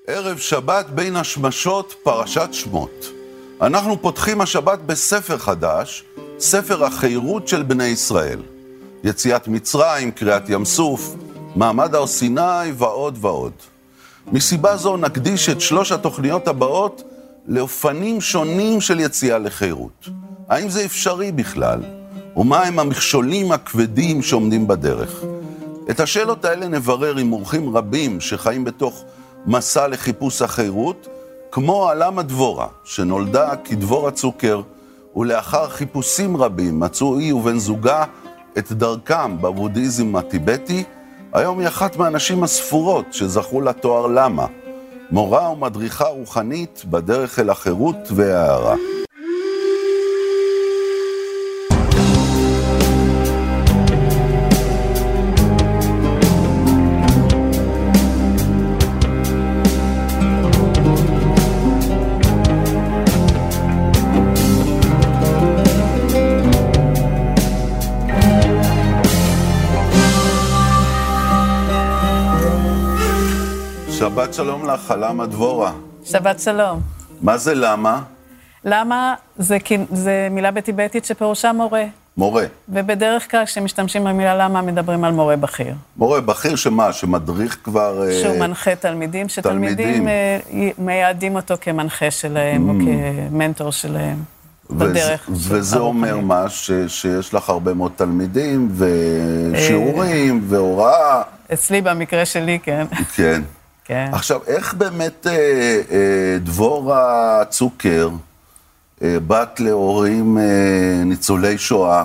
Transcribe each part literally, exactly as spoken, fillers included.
ערב שבת בין השמשות, פרשת שמות. אנחנו פותחים השבת בספר חדש, ספר החירות של בני ישראל. יציאת מצרים, קריאת ים סוף, מעמד הר סיני ועוד ועוד. מסיבה זו נקדיש את שלוש התוכניות הבאות לאופנים שונים של יציאה לחירות. האם זה אפשרי בכלל? ומה הם המכשולים הכבדים שעומדים בדרך? את השאלות האלה נברר עם אורחים רבים שחיים בתוך מסע לחיפוש החירות, כמו אלמה דבורה, שנולדה כדבורה צוקר, ולאחר חיפושים רבים מצאו היא ובן זוגה את דרכם בבודהיזם הטיבטי. היום היא אחת מהנשים הספורות שזכו לתואר למה, מורה ומדריכה רוחנית בדרך אל החירות וההארה. שבת שלום לך, למה דבורה. שבת שלום. מה זה למה? למה זה, זה מילה בטיבטית שפירושה מורה. מורה. ובדרך כלל כשמשתמשים במילה למה מדברים על מורה בכיר. מורה בכיר שמה? שמדריך כבר... שהוא uh, מנחה תלמידים, שתלמידים uh, מייעדים אותו כמנחה שלהם mm. או כמנטור שלהם. בדרך. ו- וזה אומר מה? ש- שיש לך הרבה מאוד תלמידים ושיעורים והוראה. אצלי במקרה שלי, כן. כן. כן. עכשיו, איך באמת אה, אה, דבורה צוקר, אה, בת להורים אה, ניצולי שואה,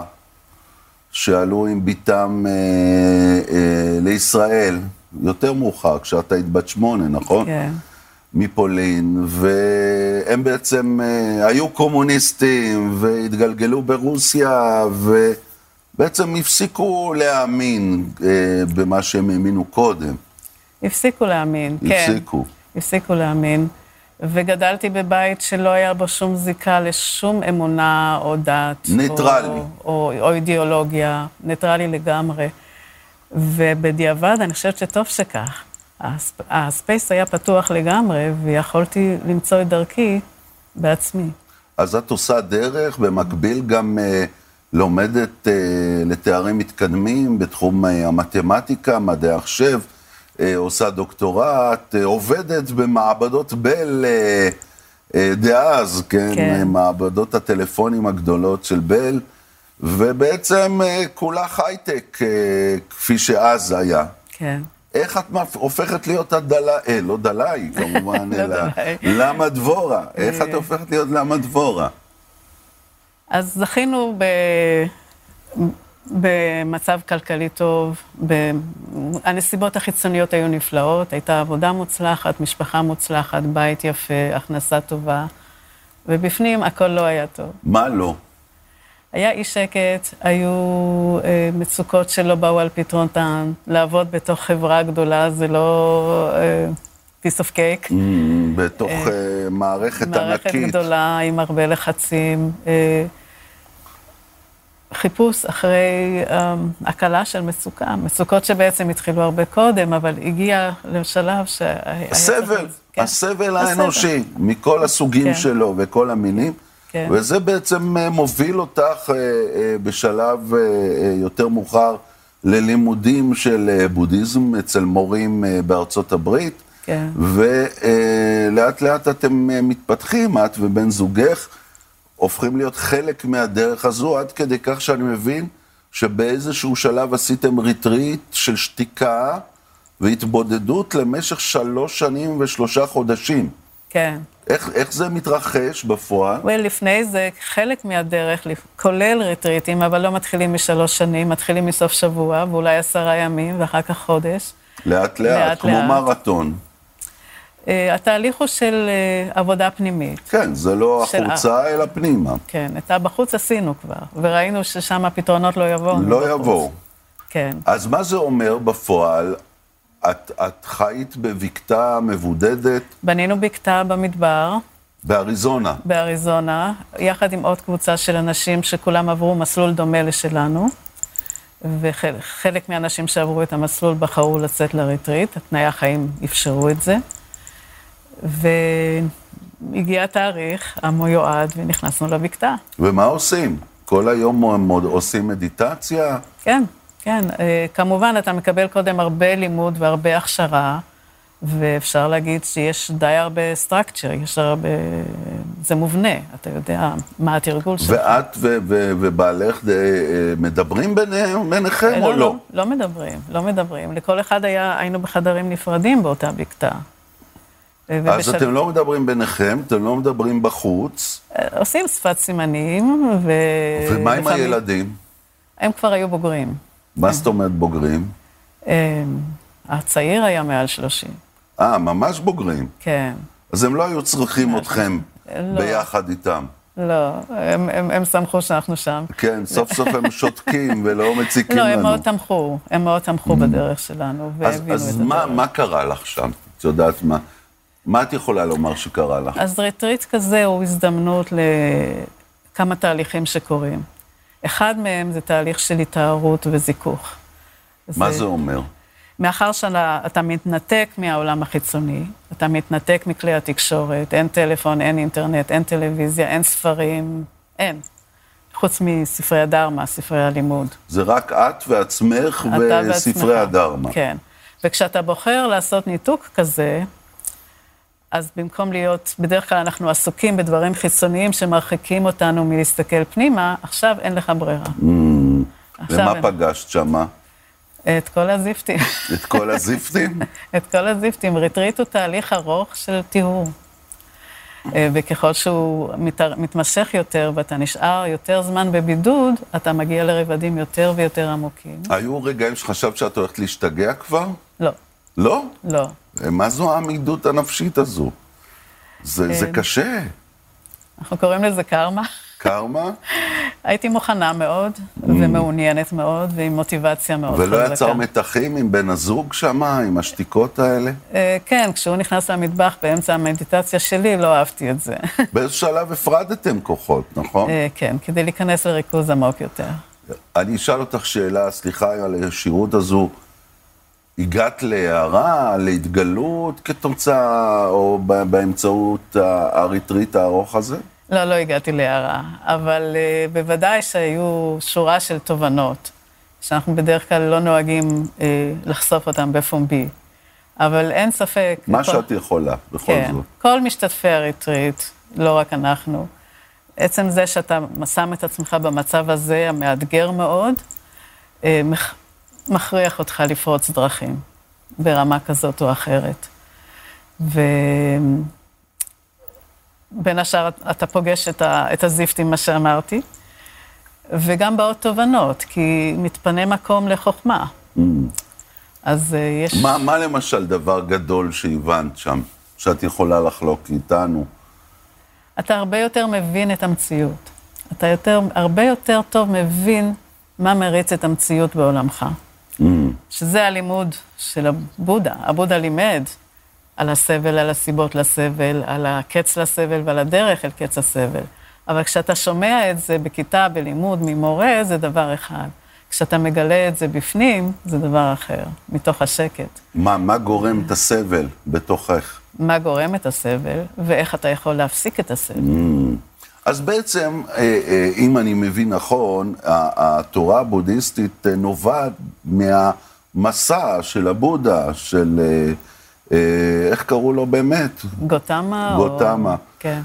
שעלו עם ביתם אה, אה, לישראל, יותר מאוחר, כשאתה היית בת שמונה, נכון? כן. מפולין, והם בעצם אה, היו קומוניסטים, והתגלגלו ברוסיה, ובעצם הפסיקו להאמין אה, במה שהם האמינו קודם. הפסיקו להאמין, כן. הפסיקו. הפסיקו להאמין. וגדלתי בבית שלא היה בו שום זיקה לשום אמונה או דת. ניטרלי. או, או, או אידיאולוגיה, ניטרלי לגמרי. ובדיעבד אני חושבת שטוב שכך. הספ... הספייס היה פתוח לגמרי, ויכולתי למצוא את דרכי בעצמי. אז את עושה דרך, במקביל גם אה, לומדת אה, לתארים מתקדמים בתחום אה, המתמטיקה, מדעי החשב, עושה דוקטורט, עובדת במעבדות בל דאז, כן? כן. מעבדות הטלפונים הגדולות של בל, ובעצם כולה הייטק, כפי שאז היה. כן. איך את הופכת להיות הדלה, אה, לא דלאי, כמובן, אלא למה דבורה? איך את הופכת להיות למה דבורה? אז זכינו ב... במצב כלכלי טוב, הנסיבות החיצוניות היו נפלאות, הייתה עבודה מוצלחת, משפחה מוצלחת, בית יפה, הכנסה טובה, ובפנים הכל לא היה טוב. מה לא? היה אי שקט, היו אה, מצוקות שלא באו על פתרונתן, לעבוד בתוך חברה גדולה זה לא אה, piece of cake. Mm, בתוך אה, אה, מערכת ענקית. מערכת גדולה עם הרבה לחצים. אה, חיפוש אחרי um, הקלה של מצוקה, מצוקות שבעצם התחילו הרבה קודם, אבל הגיע לשלב ש... הסבל, כן. הסבל האנושי, הסבל. מכל הסוגים כן. שלו וכל המינים, כן. וזה בעצם מוביל אותך uh, uh, בשלב uh, uh, יותר מאוחר ללימודים של uh, בודהיזם אצל מורים uh, בארצות הברית, כן. ולאט uh, לאט אתם uh, מתפתחים, את ובן זוגך, הופכים להיות חלק מהדרך הזו, עד כדי כך שאני מבין שבאיזשהו שלב עשיתם ריטריט של שתיקה והתבודדות למשך שלוש שנים ושלושה חודשים. כן. איך, איך זה מתרחש בפועל? well, לפני זה חלק מהדרך, כולל ריטריטים, אבל לא מתחילים משלוש שנים, מתחילים מסוף שבוע, ואולי עשרה ימים, ואחר כך חודש. לאט לאט, לאט כמו לאט. מרתון. התהליך הוא של עבודה פנימית. כן, זה לא החוצה, אלא פנימה. כן, את הבחוץ עשינו כבר, וראינו ששם הפתרונות לא יבואו. לא יבואו. כן. אז מה זה אומר בפועל? את, את חיית בבקתה מבודדת? בנינו בקתה במדבר. באריזונה. באריזונה, יחד עם עוד קבוצה של אנשים שכולם עברו מסלול דומה לשלנו, וחלק מהאנשים שעברו את המסלול בחרו לצאת לריטריט, התנאי החיים אפשרו את זה. והגיע התאריך המיועד ונכנסנו לבקתה. ומה עושים? כל היום עושים מדיטציה? כן, כן. כמובן, אתה מקבל קודם הרבה לימוד והרבה הכשרה, ואפשר להגיד שיש די הרבה structure, יש הרבה... זה מובנה, אתה יודע מה התרגול שלך. ואת ו- ו- ובעלך מדברים ביניכם או לא? לא? לא מדברים, לא מדברים. לכל אחד היה, היינו בחדרים נפרדים באותה בקתה. אז אתם לא מדברים ביניכם, אתם לא מדברים בחוץ. עושים שפת סימנים, ו... ומה עם הילדים? הם כבר היו בוגרים. מה זאת אומרת בוגרים? הצעיר היה מעל שלושים. אה, ממש בוגרים. כן. אז הם לא היו צריכים אתכם ביחד איתם. לא, הם שמחו שאנחנו שם. כן, סוף סוף הם שותקים ולא מציקים לנו. לא, הם מאוד תמכו, הם מאוד תמכו בדרך שלנו. אז מה קרה לך שם? את יודעת מה? מה את יכולה לומר שקרה לך? אז רטריט כזה הוא הזדמנות לכמה תהליכים שקורים. אחד מהם זה תהליך של התארות וזיכוך. מה זה אומר? מאחר שאתה מתנתק מהעולם החיצוני, אתה מתנתק מכלי התקשורת, אין טלפון, אין אינטרנט, אין טלוויזיה, אין ספרים, אין. חוץ מספרי הדרמה, ספרי הלימוד. זה רק את ועצמך וספרי הדרמה. כן. וכשאתה בוחר לעשות ניתוק כזה, אז במקום להיות, בדרך כלל אנחנו עסוקים בדברים חיצוניים שמרחיקים אותנו מלהסתכל פנימה, עכשיו אין לך ברירה. ומה פגשת שמה? את כל הזיפטים. את כל הזיפטים? את כל הזיפטים. רטריט הוא תהליך ארוך של טיהור. וככל שהוא מתמשך יותר ואתה נשאר יותר זמן בבידוד, אתה מגיע לרבדים יותר ויותר עמוקים. היו רגעים שחשבת שאת הולכת להשתגע כבר? לא. לא? לא. מה זו העמידות הנפשית הזו? זה, זה קשה. אנחנו קוראים לזה קרמה. קרמה? הייתי מוכנה מאוד, ומעוניינת מאוד, ועם מוטיבציה מאוד חזקה. ולא יצר מתחים עם בן הזוג שמה, עם השתיקות האלה? כן, כשהוא נכנס למטבח באמצע המדיטציה שלי, לא אהבתי את זה. באיזה שלב הפרדתם כוחות, נכון? כן, כדי להיכנס לריכוז עמוק יותר. אני אשאל אותך שאלה, סליחה על הישירות הזו, הגעת להערה, להתגלות כתוצאה, או באמצעות הרטריט הארוך הזה? לא, לא הגעתי להערה, אבל uh, בוודאי שהיו שורה של תובנות, שאנחנו בדרך כלל לא נוהגים uh, לחשוף אותם בפומבי, אבל אין ספק... מה כל... שאת יכולה, בכל כן, זאת. כל משתתפי הרטריט, לא רק אנחנו, עצם זה שאתה שם את עצמך במצב הזה, המאתגר מאוד, uh, מח... מכריח אותך לפרוץ דרכים, ברמה כזאת או אחרת. ו... בין השאר אתה פוגש את, ה, את הזיפטים, מה שאמרתי, וגם באות תובנות, כי מתפנה מקום לחוכמה. Mm. אז יש... מה, מה למשל דבר גדול שהבנת שם, שאת יכולה לחלוק איתנו? אתה הרבה יותר מבין את המציאות. אתה יותר, הרבה יותר טוב מבין מה מריץ את המציאות בעולמך. Mm. שזה הלימוד של הבודה. הבודה לימד על הסבל, על הסיבות לסבל, על הקץ לסבל ועל הדרך אל קץ הסבל. אבל כשאתה שומע את זה בכיתה, בלימוד, ממורה, זה דבר אחד. כשאתה מגלה את זה בפנים, זה דבר אחר, מתוך השקט. מה, מה גורם את הסבל בתוכך? מה גורם את הסבל, ואיך אתה יכול להפסיק את הסבל. אז בעצם, אם אני מבין נכון, התורה הבודהיסטית נובעת מהמסע של הבודה, של... איך קראו לו באמת? גותמה. גותמה. או... כן.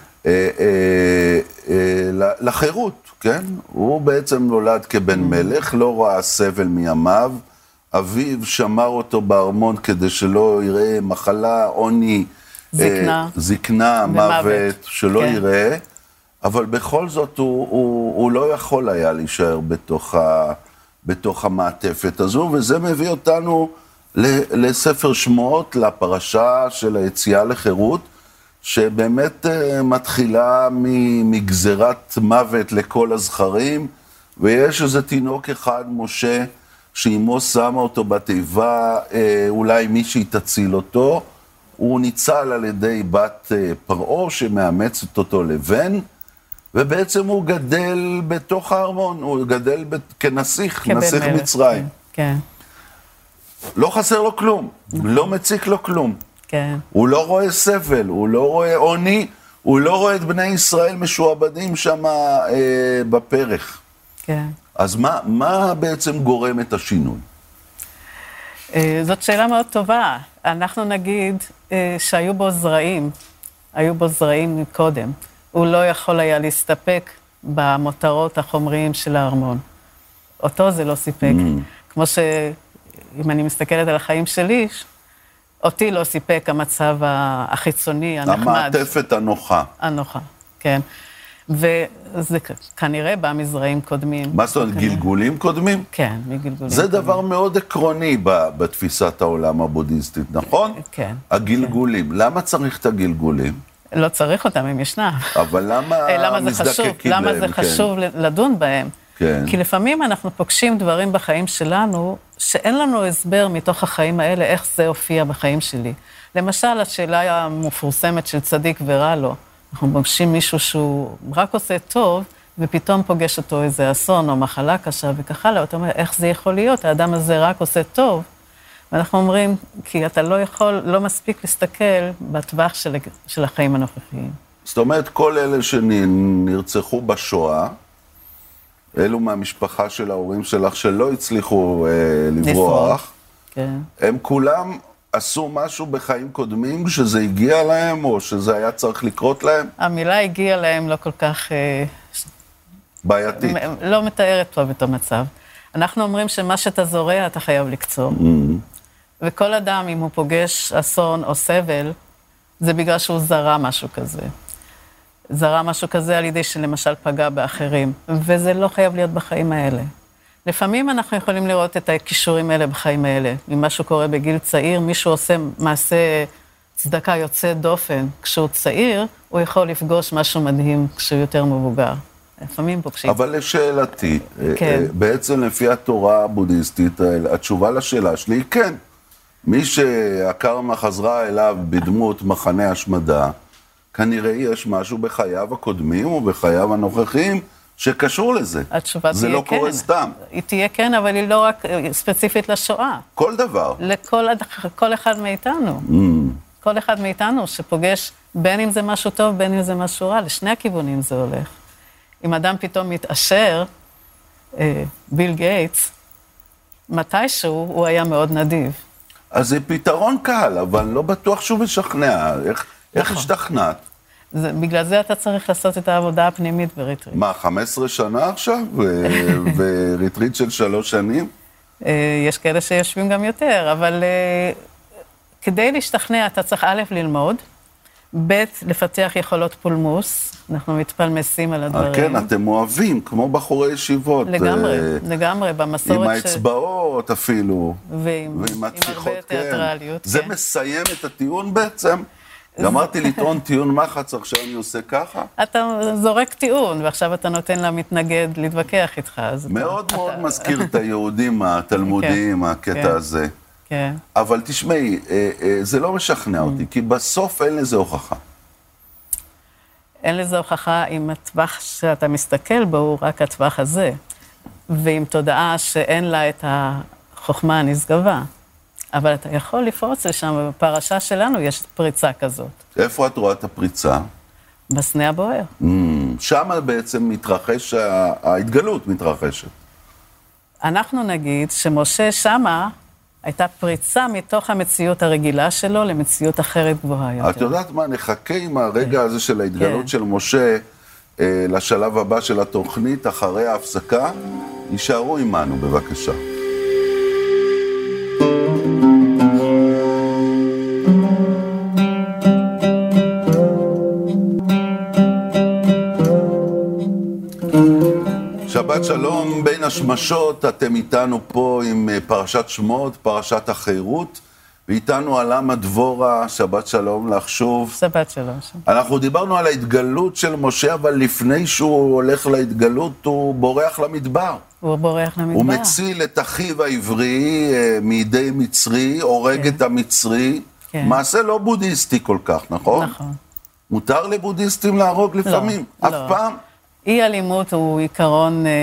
לחירות, כן? הוא בעצם נולד כבן מלך, לא ראה סבל מימיו, אביו שמר אותו בארמון כדי שלא יראה מחלה, עוני, זקנה, זקנה, מוות, שלא יראה, אבל בכל זאת הוא, הוא, הוא לא יכול היה להישאר בתוך, ה, בתוך המעטפת הזו, וזה מביא אותנו לספר שמות, לפרשה של היציאה לחירות, שבאמת מתחילה מגזרת מוות לכל הזכרים, ויש איזה תינוק אחד, משה, שאמו שמה אותו בתיבה, אולי מישהי תציל אותו, הוא ניצל על ידי בת פרעה שמאמצת אותו לבן, ובעצם הוא גדל בתוך הארמון, הוא גדל כנסיך, נסיך מצרים. כן. לא חסר לו כלום, לא מציק לו כלום. כן. הוא לא רואה סבל, הוא לא רואה עוני, הוא לא רואה את בני ישראל משועבדים שם אה, בפרח. כן. אז מה, מה בעצם גורם את השינוי? אה, זאת שאלה מאוד טובה. אנחנו נגיד אה, שהיו בו זרעים, היו בו זרעים קודם. הוא לא יכול היה להסתפק במותרות החומריים של הארמון. אותו זה לא סיפק. Mm. כמו שאם אני מסתכלת על החיים שלי, אותי לא סיפק המצב החיצוני, הנחמד. המעטפת הנוחה. הנוחה, כן. וזה כנראה בא מזרעים קודמים. מה זאת אומרת, גלגולים קודמים? כן, מגלגולים. זה דבר מאוד עקרוני בתפיסת העולם הבודהיסטית, נכון? כן. הגלגולים. למה צריך את הגלגולים? לא צריך אותם, הם ישנם. אבל למה מזדקקים להם? למה זה חשוב לדון בהם? כן. כי לפעמים אנחנו פוגשים דברים בחיים שלנו, שאין לנו הסבר מתוך החיים האלה, איך זה הופיע בחיים שלי. למשל, השאלה המפורסמת של צדיק ורע לו. אנחנו פוגשים מישהו שהוא רק עושה טוב, ופתאום פוגש אותו איזה אסון או מחלה קשה וכך הלאה. אתה אומר, איך זה יכול להיות? האדם הזה רק עושה טוב. ואנחנו אומרים, כי אתה לא יכול, לא מספיק להסתכל בטווח של, של החיים הנוכחיים. זאת אומרת, כל אלה שנרצחו בשואה, אלו מהמשפחה של ההורים שלך שלא הצליחו אה, לברוח, כן. הם כולם עשו משהו בחיים קודמים שזה הגיע להם, או שזה היה צריך לקרות להם? המילה הגיע להם לא כל כך... אה, בעייתית. לא מתארת טוב את המצב. אנחנו אומרים שמה שאתה זורע, אתה חייב לקצור. Mm-hmm. וכל אדם, אם הוא פוגש אסון או סבל, זה בגלל שהוא זרע משהו כזה. זרע משהו כזה על ידי שלמשל פגע באחרים, וזה לא חייב להיות בחיים האלה. לפעמים אנחנו יכולים לראות את הכישורים האלה בחיים האלה. אם משהו קורה בגיל צעיר, מישהו עושה מעשה צדקה יוצא דופן. כשהוא צעיר, הוא יכול לפגוש משהו מדהים כשהוא יותר מבוגר. לפעמים פוגשים. אבל לשאלתי, כן. בעצם לפי התורה הבודהיסטית, התשובה לשאלה שלי היא כן. מי שהקרמה חזרה אליו בדמות מחנה השמדה, כנראה יש משהו בחייו הקודמים או בחייו הנוכחיים שקשור לזה. התשובה זה תהיה לא כן. קורה סתם. היא תהיה כן, אבל היא לא רק ספציפית לשואה. כל דבר. לכל כל אחד מאיתנו. Mm. כל אחד מאיתנו שפוגש, בין אם זה משהו טוב, בין אם זה משהו רע, לשני הכיוונים זה הולך. אם אדם פתאום מתעשר, אה, ביל גייטס, מתישהו הוא היה מאוד נדיב. אז זה פתרון קל, אבל לא בטוח שהוא משכנע. איך, איך השתכנעת? זה, בגלל זה אתה צריך לעשות את העבודה הפנימית בריטריט. מה, חמש עשרה שנה עכשיו? וריטריט של שלוש שנים? יש כאלה שיושבים גם יותר, אבל כדי להשתכנע אתה צריך א' ללמוד, ב' לפתח יכולות פולמוס, אנחנו מתפלמסים על הדברים. כן, אתם אוהבים, כמו בחורי ישיבות. לגמרי, לגמרי, במסורת עם האצבעות אפילו. ועם הרבה תיאטרליות. זה מסיים את הטיעון בעצם? גמרתי לטעון טיעון מחץ, עכשיו אני עושה ככה? אתה זורק טיעון, ועכשיו אתה נותן למתנגד להתווכח איתך. מאוד מאוד מזכיר את היהודים התלמודיים, הקטע הזה. כן. אבל תשמעי, זה לא משכנע אותי, כי בסוף אין לזה הוכחה. אין לזה הוכחה אם הטווח שאתה מסתכל בו הוא רק הטווח הזה, ועם תודעה שאין לה את החוכמה הנשגבה. אבל אתה יכול לפרוץ לשם, בפרשה שלנו יש פריצה כזאת. איפה את רואה את הפריצה? בסנה הבוער. Mm, שם בעצם מתרחש, ההתגלות מתרחשת. אנחנו נגיד שמשה שמה הייתה פריצה מתוך המציאות הרגילה שלו למציאות אחרת גבוהה יותר. את יודעת מה, נחכה עם הרגע הזה של ההתגלות של משה אה, לשלב הבא של התוכנית, אחרי ההפסקה, יישארו עמנו בבקשה. שבת שלום בין השמשות, אתם איתנו פה עם פרשת שמות, פרשת החירות, ואיתנו עלמה דבורה, שבת שלום לך שוב. שבת שלום. אנחנו דיברנו על ההתגלות של משה, אבל לפני שהוא הולך להתגלות, הוא בורח למדבר. הוא בורח למדבר. הוא מציל את אחיו העברי מידי מצרי, הורג את המצרי. כן. מעשה לא בודהיסטי כל כך, נכון? נכון. מותר לבודהיסטים להרוג לפעמים? לא, אף לא. פעם? אי אלימות הוא עיקרון אה,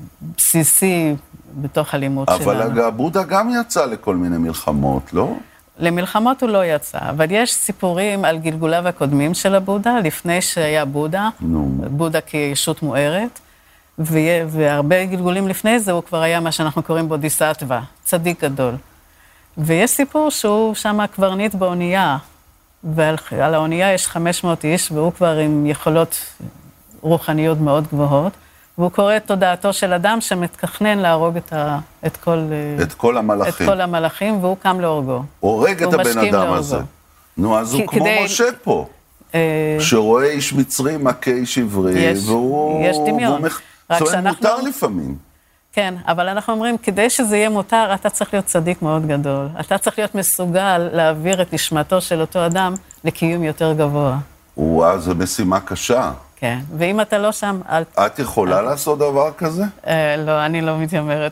בסיסי בתוך אלימות אבל שלנו. אבל הבודה גם יצא לכל מיני מלחמות, לא? למלחמות הוא לא יצא, אבל יש סיפורים על גלגוליו הקודמים של הבודה, לפני שהיה בודה, נו. בודה כישות מוארת, והרבה גלגולים לפני זה הוא כבר היה מה שאנחנו קוראים בודיסטווה, צדיק גדול. ויש סיפור שהוא שם קברניט באונייה, ועל האונייה יש חמש מאות איש, והוא כבר עם יכולות רוחניות מאוד גבוהות, והוא קורא את תודעתו של אדם שמתכנן להרוג את, ה, את, כל, את כל המלאכים. את כל המלאכים, והוא קם להורגו. הורג את הבן אדם להורגו. הזה. נו, אז הוא כמו כדי... משה פה, אה... שרואה איש מצרי מכה איש עברי, יש, והוא... יש דמיון. זאת אומרת, מותר לפעמים. כן, אבל אנחנו אומרים, כדי שזה יהיה מותר, אתה צריך להיות צדיק מאוד גדול. אתה צריך להיות מסוגל להעביר את נשמתו של אותו אדם לקיום יותר גבוה. וואו, זו משימה קשה. כן, ואם אתה לא שם... אל... את יכולה לעשות דבר כזה? אה, לא, אני לא מתיימרת.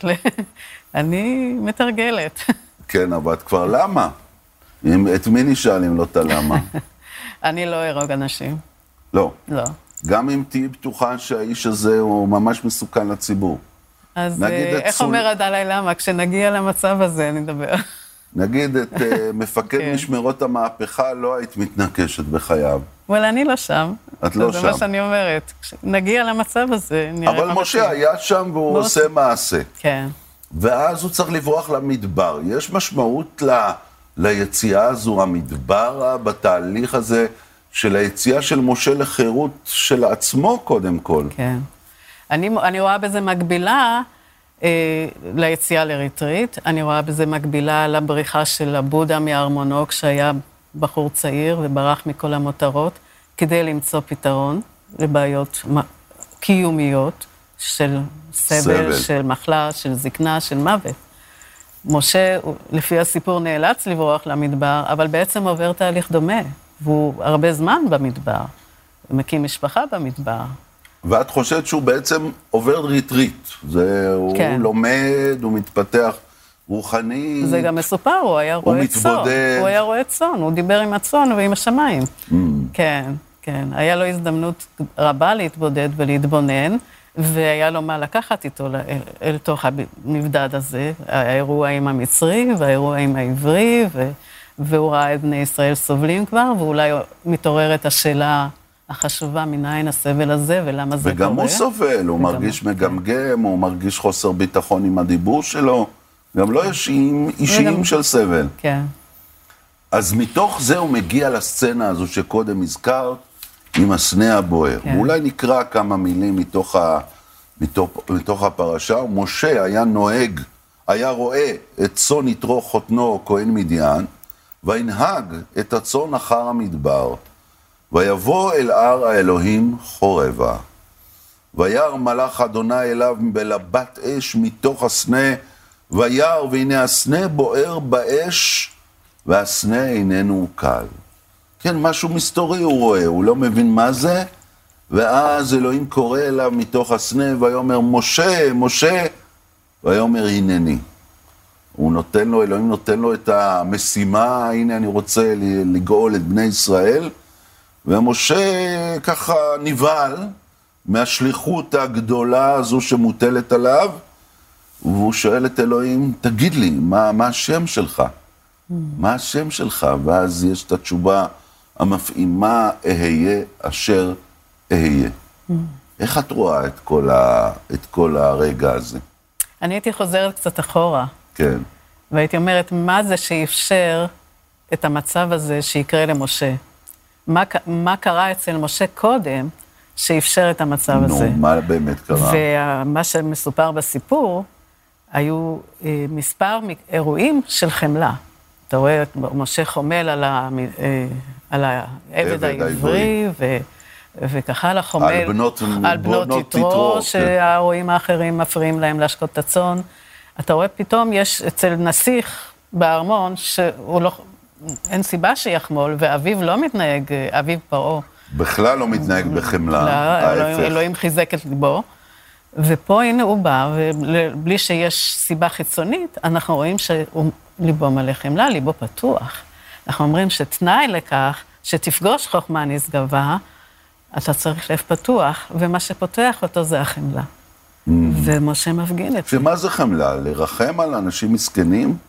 אני מתרגלת. כן, אבל את כבר למה? את מי נשאל אם לא אתה למה? אני לא ארוג אנשים. לא? לא. גם אם תהי בטוחה שהאיש הזה הוא ממש מסוכן לציבור. אז איך אומר הדלי למה? כשנגיע למצב הזה נדבר. נגיד את מפקד משמרות המהפכה, לא היית מתנקשת בחייו. אבל אני לא שם. את לא שם. זה מה שאני אומרת. כשנגיע למצב הזה, נראה מה... אבל משה היה שם והוא עושה מעשה. כן. ואז הוא צריך לברוח למדבר. יש משמעות ליציאה הזו, המדבר, בתהליך הזה, של היציאה של משה לחירות של עצמו קודם כל. כן. אני, אני רואה בזה מקבילה אה, ליציאה לריטריט, אני רואה בזה מקבילה לבריחה של הבודה מארמונו, כשהיה בחור צעיר וברח מכל המותרות, כדי למצוא פתרון לבעיות קיומיות של סבל, סבל. של מחלה, של זקנה, של מוות. משה, לפי הסיפור, נאלץ לברוח למדבר, אבל בעצם עובר תהליך דומה. והוא הרבה זמן במדבר, הוא מקים משפחה במדבר. ואת חושבת שהוא בעצם עובר ריטריט, זה, כן. הוא לומד, הוא מתפתח רוחני. זה גם מסופר, הוא היה רואה הוא צאן. מתבודד. הוא היה רואה צאן, הוא דיבר עם הצאן ועם השמיים. Mm. כן, כן. היה לו הזדמנות רבה להתבודד ולהתבונן, והיה לו מה לקחת איתו אל, אל תוך המבדד הזה, האירוע עם המצרי והאירוע עם העברי, ו... והוא ראה את בני ישראל סובלים כבר, ואולי מתעוררת השאלה החשובה, מניין הסבל הזה ולמה זה קורה. וגם הוא סובל, הוא מרגיש מגמגם, הוא מרגיש חוסר ביטחון עם הדיבור שלו, גם לא יש אישיים של סבל. כן. אז מתוך זה הוא מגיע לסצנה הזו שקודם הזכרת, עם הסנה הבוער. ואולי נקרא כמה מילים מתוך, ה, מתוך, מתוך הפרשה. משה היה נוהג, היה רואה את צאן יתרו חותנו כהן מדיין, וינהג את הצאן אחר המדבר, ויבוא אל הר האלוהים חורבה. וירא מלאך אדוני אליו בלבת אש מתוך הסנה, וירא והנה הסנה בוער באש, והסנה איננו קל. כן, משהו מסתורי הוא רואה, הוא לא מבין מה זה, ואז אלוהים קורא אליו מתוך הסנה, ויאמר משה, משה, ויאמר הנני. הוא נותן לו, אלוהים נותן לו את המשימה, הנה אני רוצה לגאול את בני ישראל, ומשה ככה נבהל מהשליחות הגדולה הזו שמוטלת עליו, והוא שואל את אלוהים, תגיד לי, מה, מה השם שלך? מה השם שלך? ואז יש את התשובה המפעימה, אהיה אשר אהיה. איך את רואה את כל, ה, את כל הרגע הזה? אני הייתי חוזרת קצת אחורה. כן. והייתי אומרת, מה זה שאפשר את המצב הזה שיקרה למשה? מה, מה קרה אצל משה קודם שאפשר את המצב נו, הזה? נו, מה באמת קרה? ומה שמסופר בסיפור, היו אה, מספר אירועים של חמלה. אתה רואה, משה חומל על, ה, אה, על העבד העברי, ו, וככה על החומל, על בנות, על בנות, בנות יתרו, שהרועים האחרים מפריעים להם להשקות את הצאן. אתה רואה, פתאום יש אצל נסיך בארמון, שהוא לא, אין סיבה שיחמול, ואביו לא מתנהג, אביו פרעה. בכלל לא מתנהג בחמלה, לא, ההפך. אלוהים חיזק את ליבו, ופה הנה הוא בא, ובלי שיש סיבה חיצונית, אנחנו רואים שליבו מלא חמלה, ליבו פתוח. אנחנו אומרים שתנאי לכך, שתפגוש חוכמה נשגבה, אתה צריך לב פתוח, ומה שפותח אותו זה החמלה. ומשה מפגין את זה. ומה זה חמלה? לרחם על אנשים מסכנים?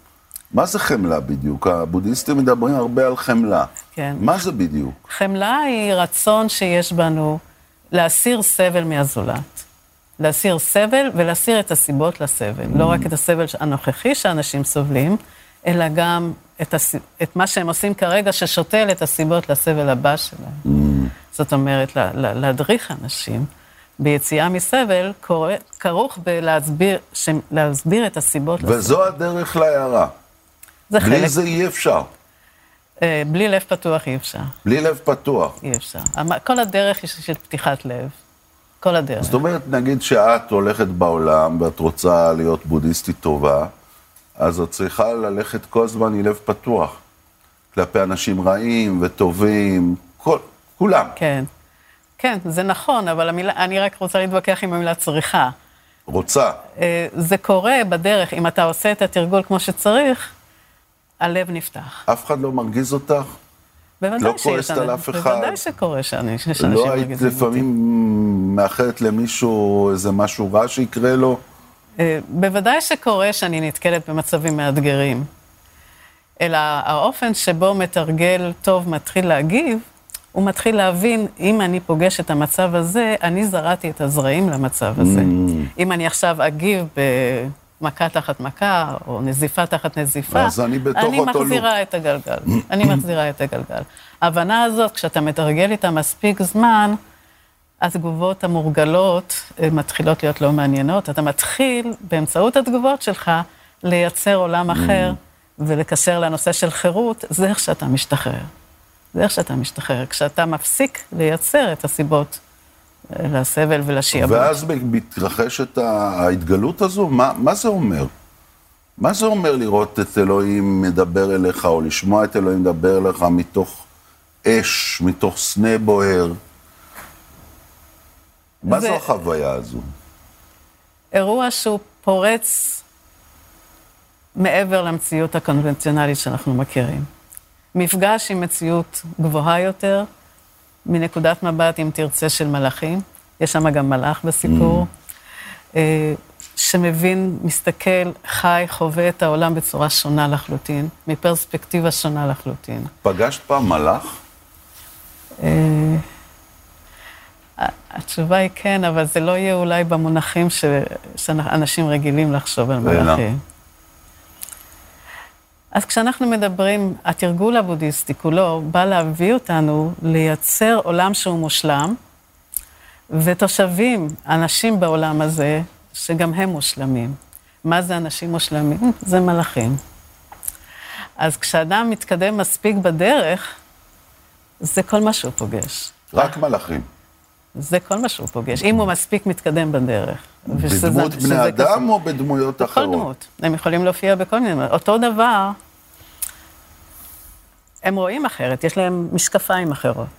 מה זה חמלה בדיוק? הבודהיסטים מדברים הרבה על חמלה. כן. מה זה בדיוק? חמלה היא רצון שיש בנו להסיר סבל מהזולת. להסיר סבל ולהסיר את הסיבות לסבל. Mm. לא רק את הסבל הנוכחי שאנשים סובלים, אלא גם את, הס... את מה שהם עושים כרגע ששוטל את הסיבות לסבל הבא שלהם. Mm. זאת אומרת, לה... לה... להדריך אנשים ביציאה מסבל, קור... כרוך בלהסביר ש... להסביר את הסיבות לסבל. וזו הדרך להערה. זה בלי חלק... זה אי אפשר. בלי לב פתוח אי אפשר. בלי לב פתוח. אי אפשר. כל הדרך היא של פתיחת לב. כל הדרך. זאת אומרת, נגיד שאת הולכת בעולם ואת רוצה להיות בודהיסטית טובה, אז את צריכה ללכת כל הזמן עם לב פתוח. כלפי אנשים רעים וטובים, כל, כולם. כן. כן, זה נכון, אבל המילה, אני רק רוצה להתווכח עם המילה צריכה. רוצה. זה קורה בדרך, אם אתה עושה את התרגול כמו שצריך, הלב נפתח. אף אחד לא מרגיז אותך? בוודאי לא כועסת על אף אחד? בוודאי שקורה שאני, שאנשים לא מרגיזים היית אותי. לפעמים מאחרת למישהו איזה משהו רע שיקרה לו? בוודאי שקורה שאני נתקלת במצבים מאתגרים. אלא האופן שבו מתרגל טוב מתחיל להגיב, הוא מתחיל להבין, אם אני פוגש את המצב הזה, אני זרעתי את הזרעים למצב הזה. Mm. אם אני עכשיו אגיב במכה תחת מכה, או נזיפה תחת נזיפה, אז אני בתוך אני אותו מחזירה את הגלגל. אני מחזירה את הגלגל. ההבנה הזאת, כשאתה מתרגל איתה מספיק זמן, התגובות המורגלות מתחילות להיות לא מעניינות. אתה מתחיל, באמצעות התגובות שלך, לייצר עולם אחר, ולקשר לנושא של חירות, זה איך שאתה משתחרר. זה איך שאתה משתחרר, כשאתה מפסיק לייצר את הסיבות לסבל ולשיעבוד. ואז מתרחשת ההתגלות הזו, מה, מה זה אומר? מה זה אומר לראות את אלוהים מדבר אליך, או לשמוע את אלוהים מדבר אליך מתוך אש, מתוך סנה בוער? מה זה... זו החוויה הזו? אירוע שהוא פורץ מעבר למציאות הקונבנציונלית שאנחנו מכירים. מפגש עם מציאות גבוהה יותר, מנקודת מבט, אם תרצה, של מלאכים. יש שם גם מלאך בסיפור, mm. שמבין, מסתכל, חי, חווה את העולם בצורה שונה לחלוטין, מפרספקטיבה שונה לחלוטין. פגשת פעם מלאך? התשובה היא כן, אבל זה לא יהיה אולי במונחים ש... שאנשים רגילים לחשוב על מלאכים. אז כשאנחנו מדברים, התרגול הבודהיסטי כולו בא להביא אותנו לייצר עולם שהוא מושלם, ותושבים, אנשים בעולם הזה, שגם הם מושלמים. מה זה אנשים מושלמים? זה מלאכים. אז כשאדם מתקדם מספיק בדרך, זה כל מה שהוא פוגש. רק מלאכים. זה כל מה שהוא פוגש, אם הוא מספיק מתקדם בדרך. בדמות בני אדם או בדמויות אחרות? בכל דמות. הם יכולים להופיע בכל מיני דמות. אותו דבר, הם רואים אחרת, יש להם משקפיים אחרות.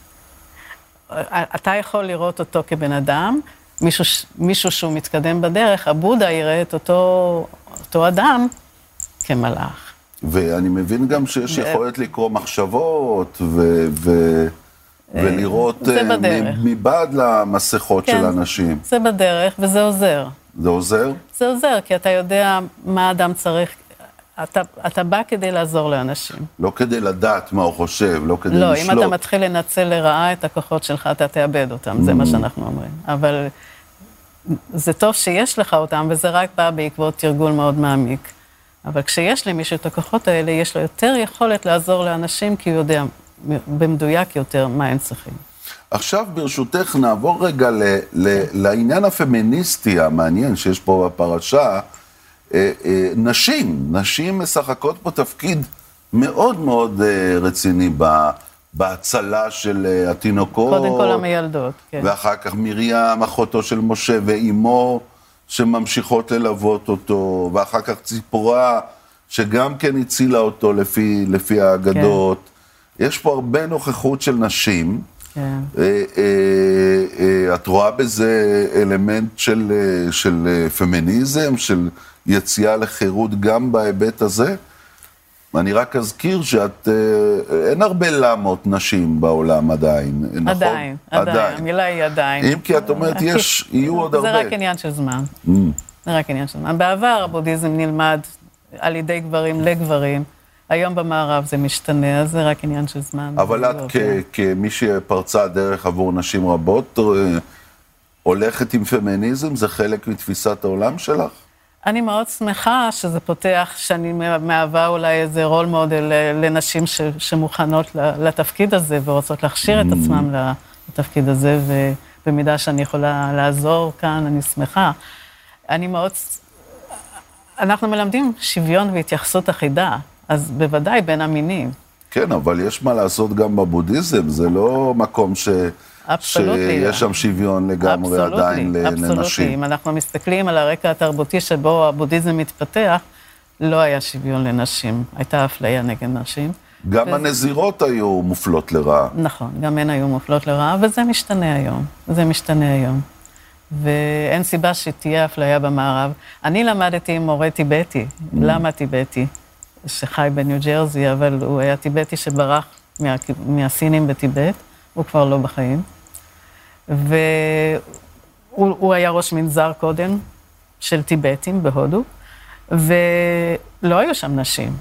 אתה יכול לראות אותו כבן אדם, מישהו, מישהו שהוא מתקדם בדרך, הבודה יראה את אותו, אותו אדם כמלאך. ואני מבין גם שיש יכולת לקרוא מחשבות ו... ו... ולראות מבעד למסכות של אנשים. זה בדרך, וזה עוזר. זה עוזר? זה עוזר, כי אתה יודע מה האדם צריך. אתה, אתה בא כדי לעזור לאנשים. לא כדי לדעת מה הוא חושב, לא כדי לא, לשלוט. אם אתה מתחיל לנצל לרעה את הכוחות שלך, אתה תאבד אותם, זה מה שאנחנו אומרים. אבל זה טוב שיש לך אותם, וזה רק בא בעקבות תרגול מאוד מעמיק. אבל כשיש למישהו את הכוחות האלה, יש לו יותר יכולת לעזור לאנשים, כי הוא יודע במדויק יותר מה הם צריכים. עכשיו ברשותך נעבור רגע ל, ל, לעניין הפמיניסטי המעניין שיש פה בפרשה. אה, אה, נשים, נשים משחקות פה תפקיד מאוד מאוד אה, רציני ב, בהצלה של אה, התינוקות. קודם כל המילדות, כן. ואחר כך מרים, אחותו של משה ואימו, שממשיכות ללוות אותו, ואחר כך ציפורה, שגם כן הצילה אותו לפי, לפי האגדות. כן. יש פה הרבה נוכחות של נשים. כן. אה, אה, אה, את רואה בזה אלמנט של, של פמיניזם, של יציאה לחירות גם בהיבט הזה? אני רק אזכיר שאת, אה, אין הרבה למות נשים בעולם עדיין, נכון? עדיין, עדיין, המילה היא עדיין. אם כי את אומרת, יש, יהיו עוד הרבה. זה רק עניין של זמן. Mm. זה רק עניין של זמן. בעבר הבודהיזם נלמד על ידי גברים לגברים. היום במערב זה משתנה, אז זה רק עניין של זמן. אבל את כ- כמי שפרצה דרך עבור נשים רבות, הולכת עם פמיניזם, זה חלק מתפיסת העולם שלך? אני מאוד שמחה שזה פותח, שאני מהווה אולי איזה רול מודל לנשים ש- שמוכנות לתפקיד הזה, ורוצות להכשיר את עצמם לתפקיד הזה, ובמידה שאני יכולה לעזור כאן, אני שמחה. אני מאוד... אנחנו מלמדים שוויון והתייחסות אחידה, אז בוודאי בין המינים. כן, אבל יש מה לעשות גם בבודהיזם, זה לא מקום ש... שיש שם שוויון לגמרי עדיין לנשים. אבסולוטי, אם אנחנו מסתכלים על הרקע התרבותי שבו הבודהיזם מתפתח, לא היה שוויון לנשים, הייתה אפליה נגד נשים. גם וזה... הנזירות היו מופלות לרעה. נכון, גם הן היו מופלות לרעה, וזה משתנה היום, זה משתנה היום. ואין סיבה שתהיה אפליה במערב. אני למדתי עם מורה טיבטי, mm. למה טיבטי? שחי בניו ג'רזי, אבל הוא היה טיבטי שברח מה... מהסינים בטיבט, הוא כבר לא בחיים. והוא היה ראש מנזר קודם של טיבטים בהודו, ולא היו שם נשים.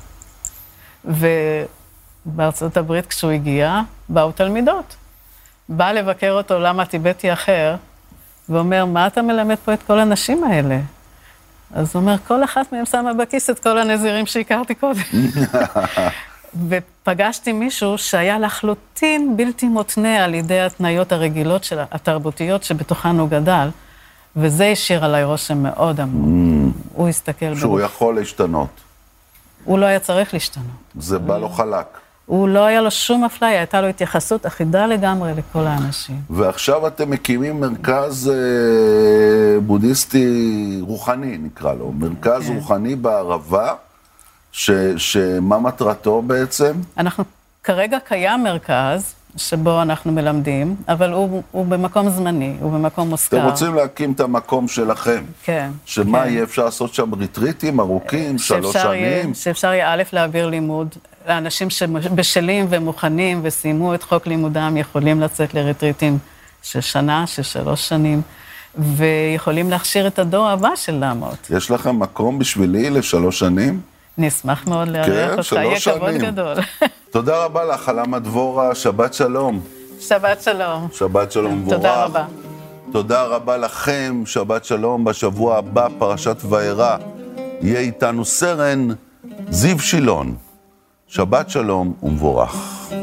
ובארצות הברית כשהוא הגיע, באו תלמידות. בא לבקר אותו למה טיבטי אחר, ואומר, מה אתה מלמד פה את כל הנשים האלה? אז הוא אומר, כל אחת מהם שמה בכיס את כל הנזירים שהכרתי קודם. ופגשתי מישהו שהיה לחלוטין בלתי מותנה על ידי התנאיות הרגילות של התרבותיות שבתוכן הוא גדל, וזה השאיר עליי רושם מאוד עמוק. הוא הסתכל... שהוא יכול להשתנות. הוא לא היה צריך להשתנות. זה בא לו חלק. הוא לא היה לו שום אפליה, הייתה לו התייחסות אחידה לגמרי לכל האנשים. ועכשיו אתם מקימים מרכז אה, בודהיסטי רוחני, נקרא לו. מרכז כן. רוחני בערבה, ש, שמה מטרתו בעצם? אנחנו, כרגע קיים מרכז שבו אנחנו מלמדים, אבל הוא, הוא במקום זמני, הוא במקום מושכר. אתם רוצים להקים את המקום שלכם. כן. שמה כן. יהיה אפשר לעשות שם ריטריטים ארוכים, שלוש שנים? יהיה, שאפשר יהיה א' להעביר לימוד. לאנשים שבשלים ומוכנים וסיימו את חוק לימודם, יכולים לצאת לריטריטים של שנה, של שלוש שנים, ויכולים להכשיר את הדור הבא של לעמות. יש לכם מקום בשבילי לשלוש שנים? נשמח מאוד לארח אותך, יהיה כבוד גדול. תודה רבה לך, עלמה דבורה, שבת שלום. שבת שלום. שבת שלום מבורך. תודה רבה. תודה רבה לכם, שבת שלום. בשבוע הבא, פרשת וארא, יהיה איתנו סרן זיו שילון. שבת שלום ומבורך.